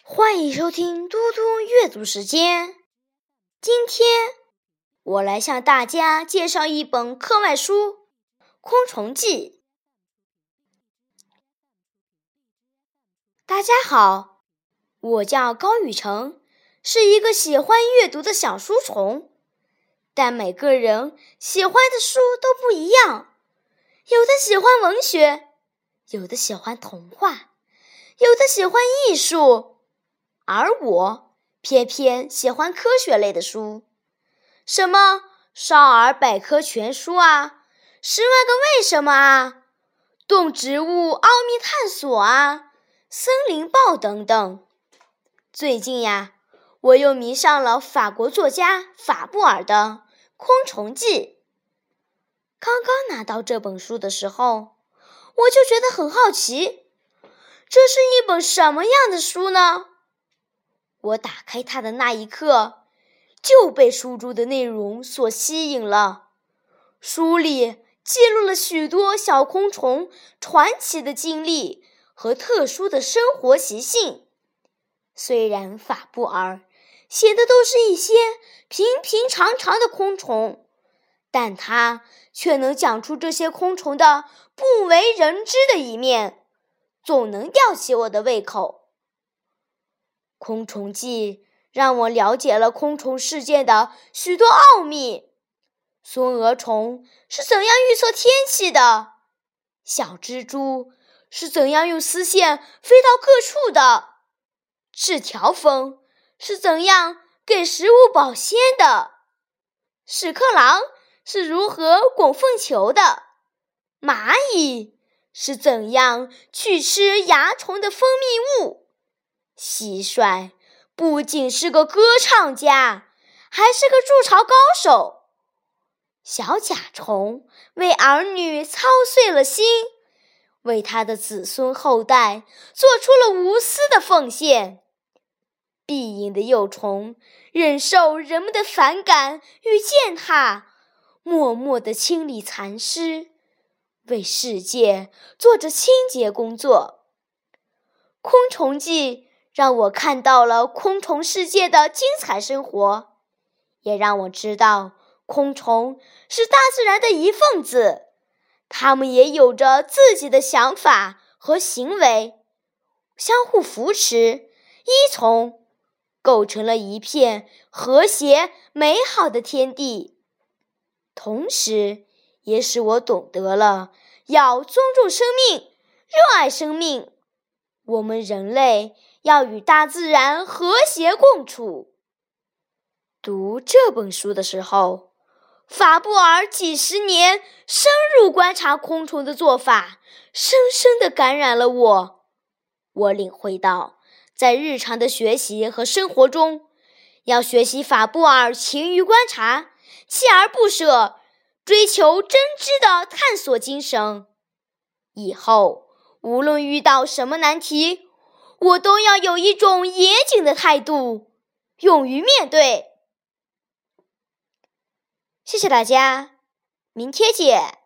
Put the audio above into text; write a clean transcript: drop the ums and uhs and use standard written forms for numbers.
欢迎收听嘟嘟阅读时间。今天我来向大家介绍一本课外书《昆虫记》。大家好，我叫高雨成，是一个喜欢阅读的小书虫。但每个人喜欢的书都不一样，有的喜欢文学，有的喜欢童话，有的喜欢艺术，而我偏偏喜欢科学类的书，什么少儿百科全书啊，10万个为什么啊，动植物奥秘探索啊，森林报等等。最近呀，我又迷上了法国作家法布尔的《昆虫记》。刚刚拿到这本书的时候，我就觉得很好奇，这是一本什么样的书呢？我打开它的那一刻，就被书中的内容所吸引了。书里记录了许多小昆虫传奇的经历和特殊的生活习性。虽然法布尔写的都是一些平平常常的昆虫，但他却能讲出这些昆虫的不为人知的一面，总能吊起我的胃口。昆虫记让我了解了昆虫世界的许多奥秘。松蛾虫是怎样预测天气的？小蜘蛛是怎样用丝线飞到各处的？赤条蜂是怎样给食物保鲜的？屎壳郎是如何滚粪球的？蚂蚁是怎样去吃蚜虫的分泌物？蟋蟀不仅是个歌唱家，还是个筑巢高手。小甲虫为儿女操碎了心，为他的子孙后代做出了无私的奉献。庇隐的幼虫忍受人们的反感与践踏，默默地清理残尸，为世界做着清洁工作。昆虫记让我看到了昆虫世界的精彩生活，也让我知道昆虫是大自然的一份子，它们也有着自己的想法和行为，相互扶持，依从，构成了一片和谐美好的天地。同时也使我懂得了要尊重生命，热爱生命。我们人类要与大自然和谐共处。读这本书的时候，法布尔几十年深入观察昆虫的做法，深深地感染了我。我领会到，在日常的学习和生活中，要学习法布尔勤于观察、锲而不舍、追求真知的探索精神。以后无论遇到什么难题，我都要有一种严谨的态度，勇于面对。谢谢大家，明天见。